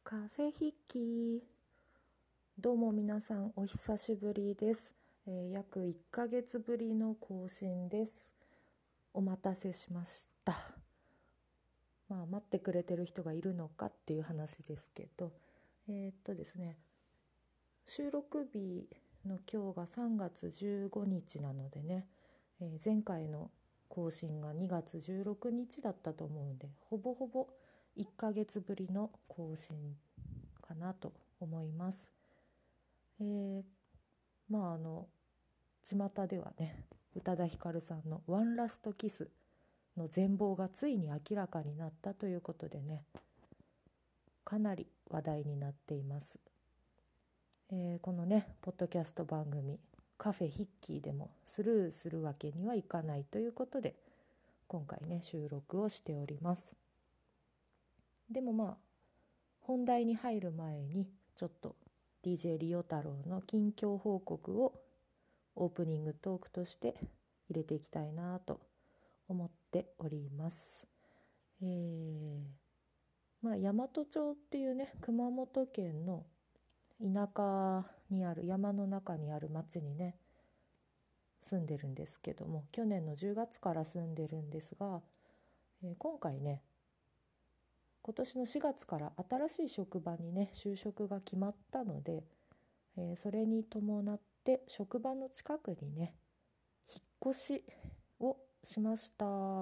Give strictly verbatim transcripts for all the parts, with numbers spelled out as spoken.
カフェ筆記。どうも皆さんお久しぶりです、えー、約いっかげつぶりの更新です。お待たせしました。まあ待ってくれてる人がいるのかっていう話ですけど、えー、っとですね収録日の今日がさんがつじゅうごにちなのでね、えー、前回の更新がにがつじゅうろくにちだったと思うんで、ほぼほぼいっかげつぶりの更新かなと思います。えー、まああの巷ではね、宇多田ヒカルさんの「ワンラストキス」の全貌がついに明らかになったということでね、かなり話題になっています。えー、このねポッドキャスト番組カフェヒッキーでもスルーするわけにはいかないということで、今回ね収録をしております。でもまあ本題に入る前にちょっと ディージェー リオ太郎の近況報告をオープニングトークとして入れていきたいなと思っております。えー、まあ大和町っていうね熊本県の田舎にある山の中にある町にね住んでるんですけども、去年のじゅうがつから住んでるんですが、えー、今回ね今年のしがつから新しい職場にね就職が決まったので、えー、それに伴って職場の近くにね引っ越しをしました。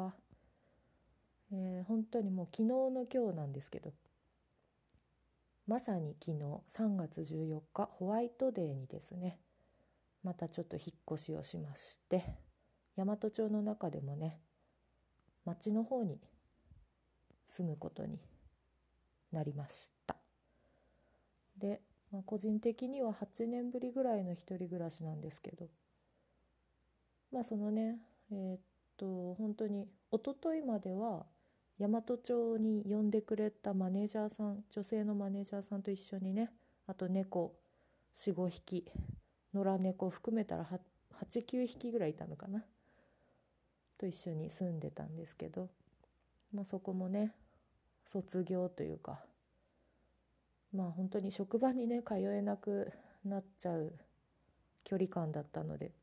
えー、本当にもう昨日の今日なんですけど、まさに昨日さんがつじゅうよっかホワイトデーにですね、またちょっと引っ越しをしまして、大和町の中でもね町の方に住むことになりました。で、まあ、個人的にははちねんぶりぐらいの一人暮らしなんですけど、まあそのねえーっと本当に一昨日までは大和町に呼んでくれたマネージャーさん、女性のマネージャーさんと一緒にね、あと猫よん、ごひき、野良猫含めたらはち、きゅうひきぐらいいたのかなと一緒に住んでたんですけど、まあ、そこもね卒業というか、まあ本当に職場にね通えなくなっちゃう距離感だったので、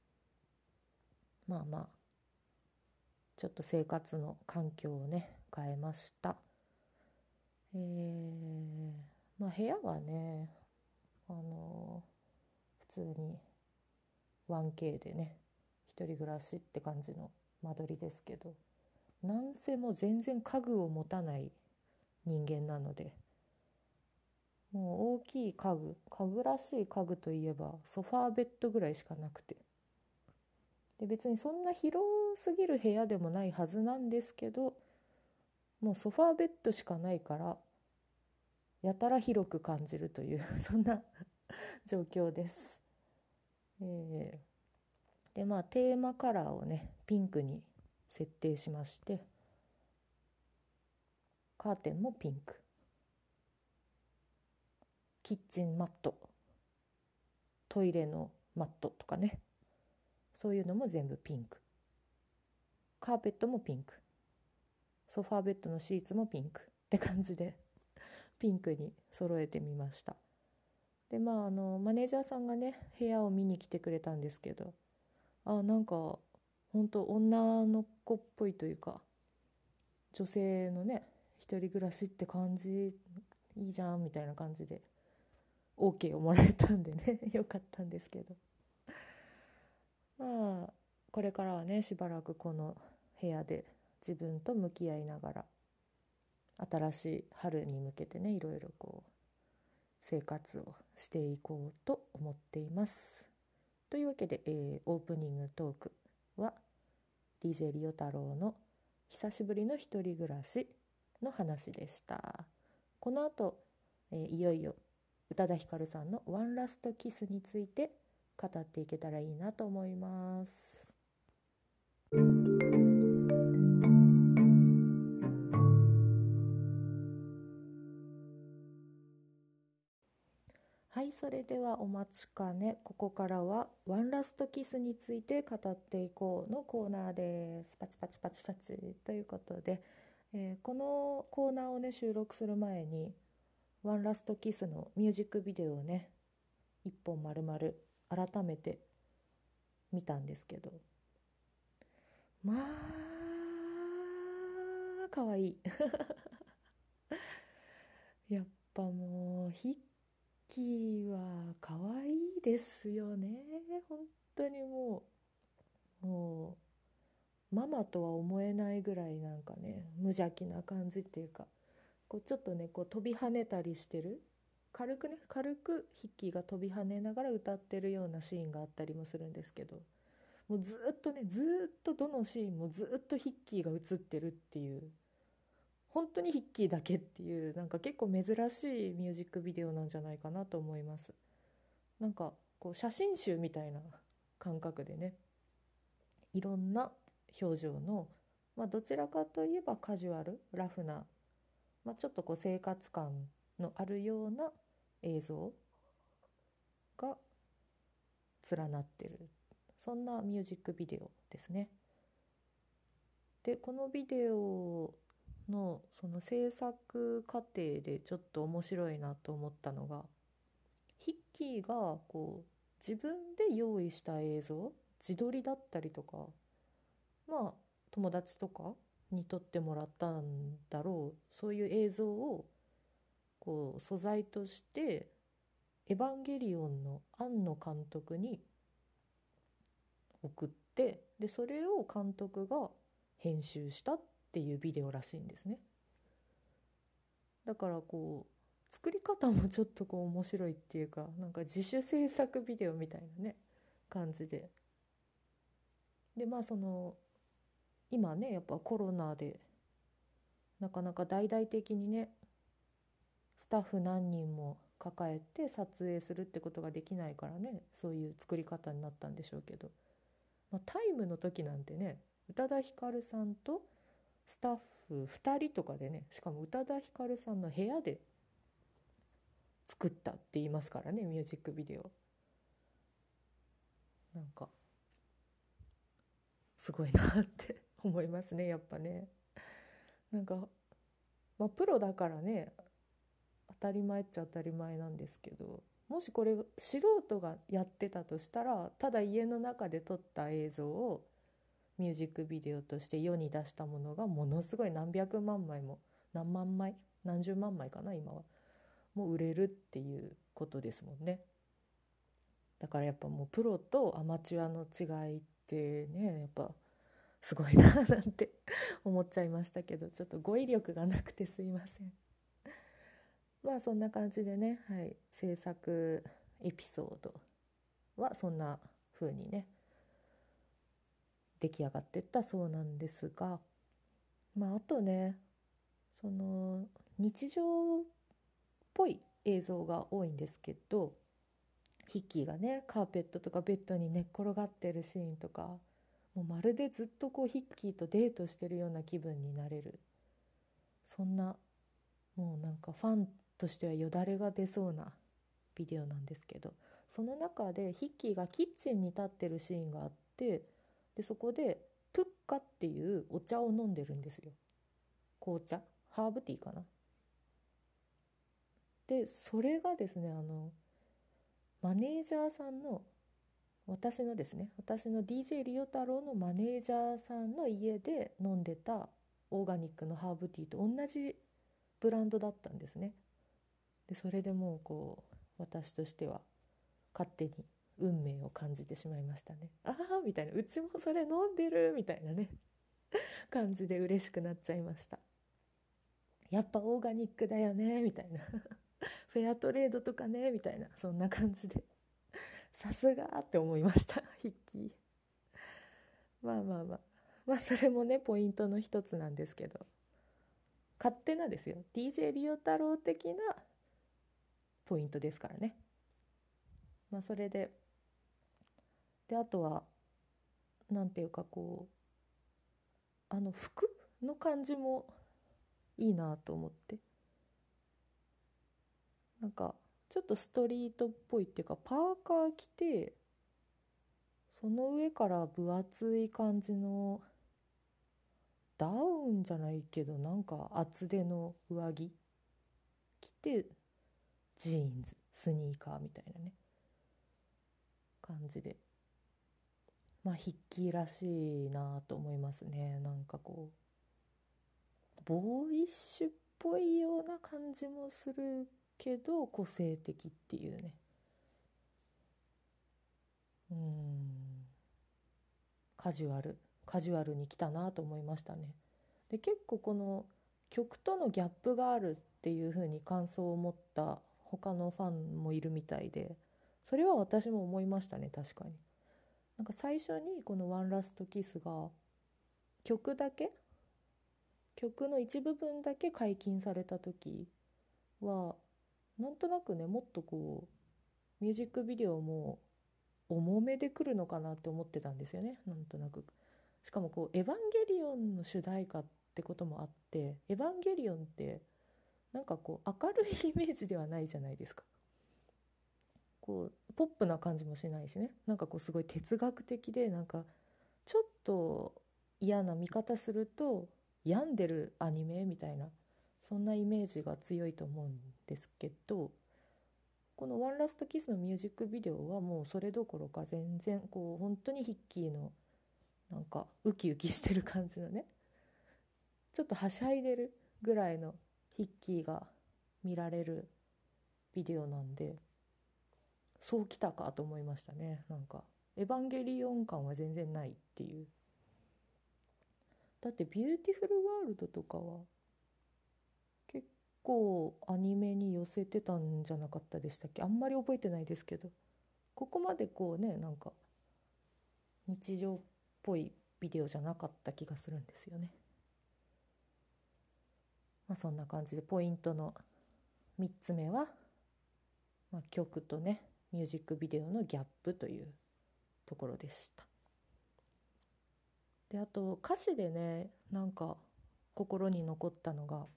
まあまあちょっと生活の環境をね変えました。えー、まあ部屋はねあの普通に ワンケー でね一人暮らしって感じの間取りですけど、なんせもう全然家具を持たない人間なので、もう大きい家具家具らしい家具といえばソファーベッドぐらいしかなくて、で別にそんな広すぎる部屋でもないはずなんですけど、もうソファーベッドしかないからやたら広く感じるというそんな状況です。えー、でまあテーマカラーをねピンクに設定しまして、カーテンもピンク、キッチンマット、トイレのマットとかね、そういうのも全部ピンク、カーペットもピンク、ソファーベッドのシーツもピンクって感じでピンクに揃えてみました。でまああのマネージャーさんがね部屋を見に来てくれたんですけど、あなんか本当女の子っぽいというか、女性のね一人暮らしって感じいいじゃんみたいな感じで オーケー をもらえたんでねよかったんですけど、まあこれからはねしばらくこの部屋で自分と向き合いながら、新しい春に向けてねいろいろこう生活をしていこうと思っています。というわけで、えー、オープニングトークは ディージェー リオ太郎の久しぶりの一人暮らしの話でした。この後、えー、いよいよ宇多田ヒカルさんのワンラストキスについて語っていけたらいいなと思います。はい、それではお待ちかね、ここからはワンラストキスについて語っていこうのコーナーです。パチパチパチパチということで、えーこのコーナーをね収録する前にワンラストキスのミュージックビデオをね一本丸々改めて見たんですけど、まあかわいいやっぱもうヒッキーはかわいいですよね。本当にもうもうママとは思えないぐらいなんかね無邪気な感じっていうか、こうちょっとねこう飛び跳ねたりしてる、軽くね軽くヒッキーが飛び跳ねながら歌ってるようなシーンがあったりもするんですけど、もうずっとねずっとどのシーンもずっとヒッキーが映ってるっていう、本当にヒッキーだけっていう、なんか結構珍しいミュージックビデオなんじゃないかなと思います。なんかこう写真集みたいな感覚でね、いろんな表情の、まあ、どちらかといえばカジュアルラフな、まあ、ちょっとこう生活感のあるような映像が連なってる、そんなミュージックビデオですね。でこのビデオのその制作過程でちょっと面白いなと思ったのが、ヒッキーがこう自分で用意した映像、自撮りだったりとか、まあ友達とかに撮ってもらったんだろう、そういう映像をこう素材としてエヴァンゲリオンの庵野監督に送って、でそれを監督が編集したっていうビデオらしいんですね。だからこう作り方もちょっとこう面白いっていうか、なんか自主制作ビデオみたいなね感じで、でまあその今ねやっぱコロナでなかなか大々的にねスタッフ何人も抱えて撮影するってことができないからね、そういう作り方になったんでしょうけど、まあ、タイムの時なんてね宇多田ヒカルさんとスタッフふたりとかでね、しかも宇多田ヒカルさんの部屋で作ったって言いますからね、ミュージックビデオ。なんかすごいなって思いますねやっぱね。なんか、まあ、プロだからね当たり前っちゃ当たり前なんですけど、もしこれ素人がやってたとしたら、ただ家の中で撮った映像をミュージックビデオとして世に出したものがものすごい何百万枚も、何万枚何十万枚かな今は、もう売れるっていうことですもんね。だからやっぱもうプロとアマチュアの違いってねやっぱすごいななんて思っちゃいましたけど、ちょっと語彙力がなくてすいません。まあそんな感じでね、はい、制作エピソードはそんな風にね出来上がってったそうなんですが、まああとねその日常っぽい映像が多いんですけど、ヒッキーがねカーペットとかベッドに寝っ転がってるシーンとか、もうまるでずっとこうヒッキーとデートしてるような気分になれる、そんなもうなんかファンとしてはよだれが出そうなビデオなんですけど、その中でヒッキーがキッチンに立ってるシーンがあって、でそこでプッカっていうお茶を飲んでるんですよ。紅茶、ハーブティーかな。でそれがですね、あのマネージャーさんの、私のですね私の ディージェー リオ太郎のマネージャーさんの家で飲んでたオーガニックのハーブティーと同じブランドだったんですね。でそれでもうこう私としては勝手に運命を感じてしまいましたね。ああみたいな、うちもそれ飲んでるみたいなね感じで嬉しくなっちゃいました。やっぱオーガニックだよねみたいなフェアトレードとかねみたいな、そんな感じでさすがって思いましたヒッキー。まあまあまあまあそれもねポイントの一つなんですけど、勝手なですよ ディージェー リオ太郎的なポイントですからね。まあそれで、であとはなんていうかこうあの服の感じもいいなと思って、なんかちょっとストリートっぽいっていうか、パーカー着てその上から分厚い感じのダウンじゃないけどなんか厚手の上着着て、 ジーンズ、スニーカーみたいなね感じで、まあヒッキーらしいなと思いますね。なんかこうボーイッシュっぽいような感じもするけど個性的っていうね。うーんカジュアルカジュアルに来たなと思いましたね。で結構この曲とのギャップがあるっていう風に感想を持った他のファンもいるみたいで、それは私も思いましたね。確かになんか最初にこの「ワンラストキス」が曲だけ曲の一部分だけ解禁された時はなんとなくね、もっとこうミュージックビデオも重めで来るのかなって思ってたんですよね、なんとなく。しかもこう「エヴァンゲリオン」の主題歌ってこともあって、エヴァンゲリオンってなんかこう明るいイメージではないじゃないですか。こうポップな感じもしないしね、なんかこうすごい哲学的で、なんかちょっと嫌な見方すると病んでるアニメみたいな、そんなイメージが強いと思うんですけど、この「ワンラストキス」のミュージックビデオはもうそれどころか全然こう本当にヒッキーのなんかウキウキしてる感じのね、ちょっとはしゃいでるぐらいのヒッキーが見られるビデオなんで、そうきたかと思いましたね。なんかエヴァンゲリオン感は全然ないっていう。だって「ビューティフルワールド」とかは結構アニメに寄せてたんじゃなかったでしたっけ。あんまり覚えてないですけど、ここまでこうね、なんか日常っぽいビデオじゃなかった気がするんですよね。まあそんな感じでポイントのみっつめは、まあ、曲とねミュージックビデオのギャップというところでした。であと歌詞でね、なんか心に残ったのが、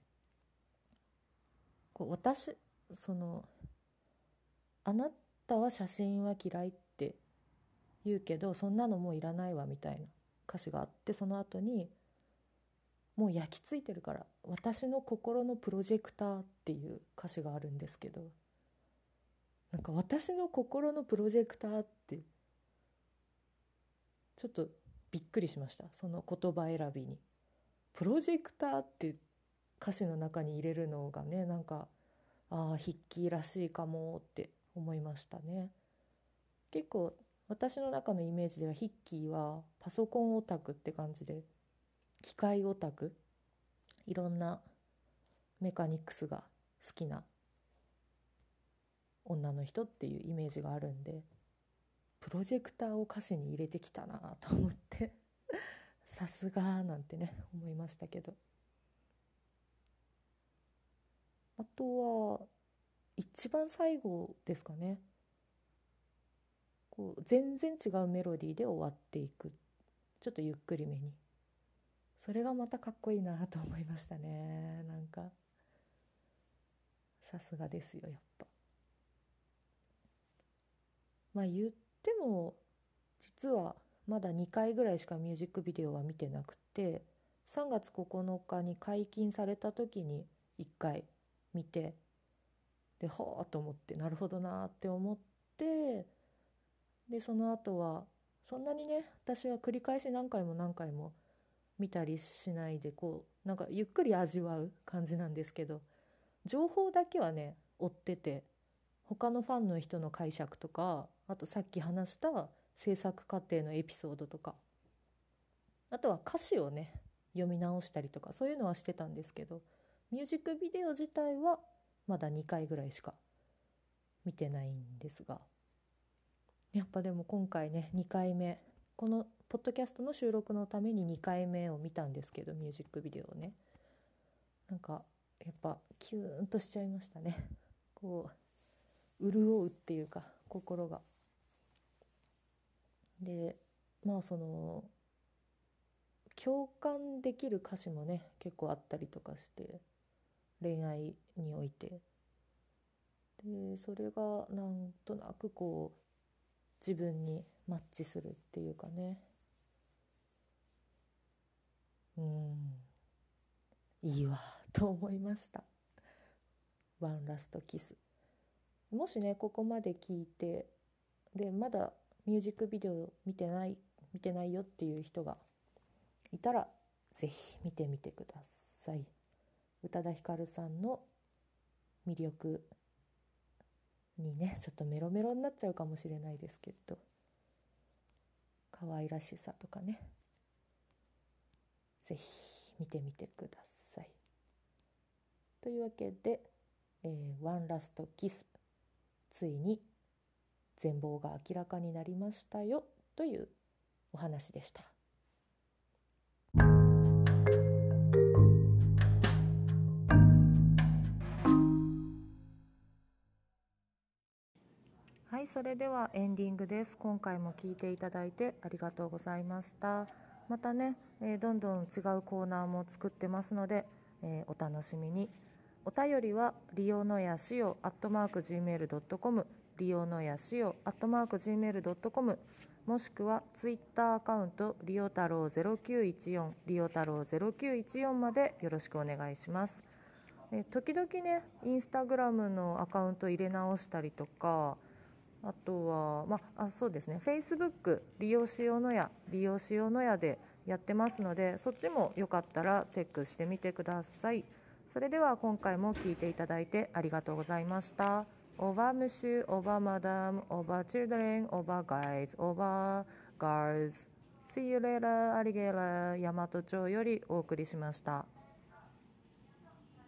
こう私そのあなたは写真は嫌いって言うけどそんなのもういらないわみたいな歌詞があって、その後にもう焼き付いてるから私の心のプロジェクターっていう歌詞があるんですけど、なんか私の心のプロジェクターってちょっとびっくりしました、その言葉選びに。プロジェクターって歌詞の中に入れるのがね、なんかああヒッキーらしいかもって思いましたね。結構私の中のイメージではヒッキーはパソコンオタクって感じで、機械オタク、いろんなメカニクスが好きな女の人っていうイメージがあるんで、プロジェクターを歌詞に入れてきたなと思ってさすがなんてね思いましたけど、あとは一番最後ですかね、こう全然違うメロディーで終わっていく、ちょっとゆっくりめに、それがまたかっこいいなと思いましたね。なんかさすがですよやっぱ。まあ言っても実はまだにかいぐらいしかミュージックビデオは見てなくて、さんがつここのかに解禁された時にいっかい見て、ではあと思って、なるほどなって思って、でその後はそんなにね私は繰り返し何回も何回も見たりしないで、こうなんかゆっくり味わう感じなんですけど、情報だけはね追ってて、他のファンの人の解釈とか、あとさっき話した制作過程のエピソードとか、あとは歌詞をね読み直したりとか、そういうのはしてたんですけど、ミュージックビデオ自体はまだにかいぐらいしか見てないんですが、やっぱでも今回ねにかいめ、このポッドキャストの収録のためににかいめを見たんですけど、ミュージックビデオをね、なんかやっぱキューンとしちゃいましたね。こう潤うっていうか心が。でまあその共感できる歌詞もね結構あったりとかして、恋愛において、でそれがなんとなくこう自分にマッチするっていうかね、うんいいわと思いました。ワンラストキス。 もしねここまで聞いてでまだミュージックビデオ見てない見てないよっていう人がいたらぜひ見てみてください。宇多田ヒカルさんの魅力にねちょっとメロメロになっちゃうかもしれないですけど、可愛らしさとかねぜひ見てみてください。というわけで、えー、ワンラストキスついに全貌が明らかになりましたよというお話でした。はい、それではエンディングです。今回も聞いていただいてありがとうございました。またね、えー、どんどん違うコーナーも作ってますので、えー、お楽しみに。お便りはリオノヤシオアットマーク ジーメールドットコム リオノヤシオアットマーク ジーメールドットコム もしくはツイッターアカウントリオ太郎ゼロきゅういちよんリオ太郎ゼロきゅういちよんまでよろしくお願いします。え時々ねインスタグラムのアカウント入れ直したりとか、あとは、まあ、そうですね、Facebook 利用しようのや利用しようのやでやってますので、そっちもよかったらチェックしてみてください。それでは今回も聞いていただいてありがとうございました。オーバームッシュ、オーバーマダム、オーバーチルドレン、オーバーガイズ、オーバーガールズ。See you later, アリゲーラー、大和町よりお送りしました。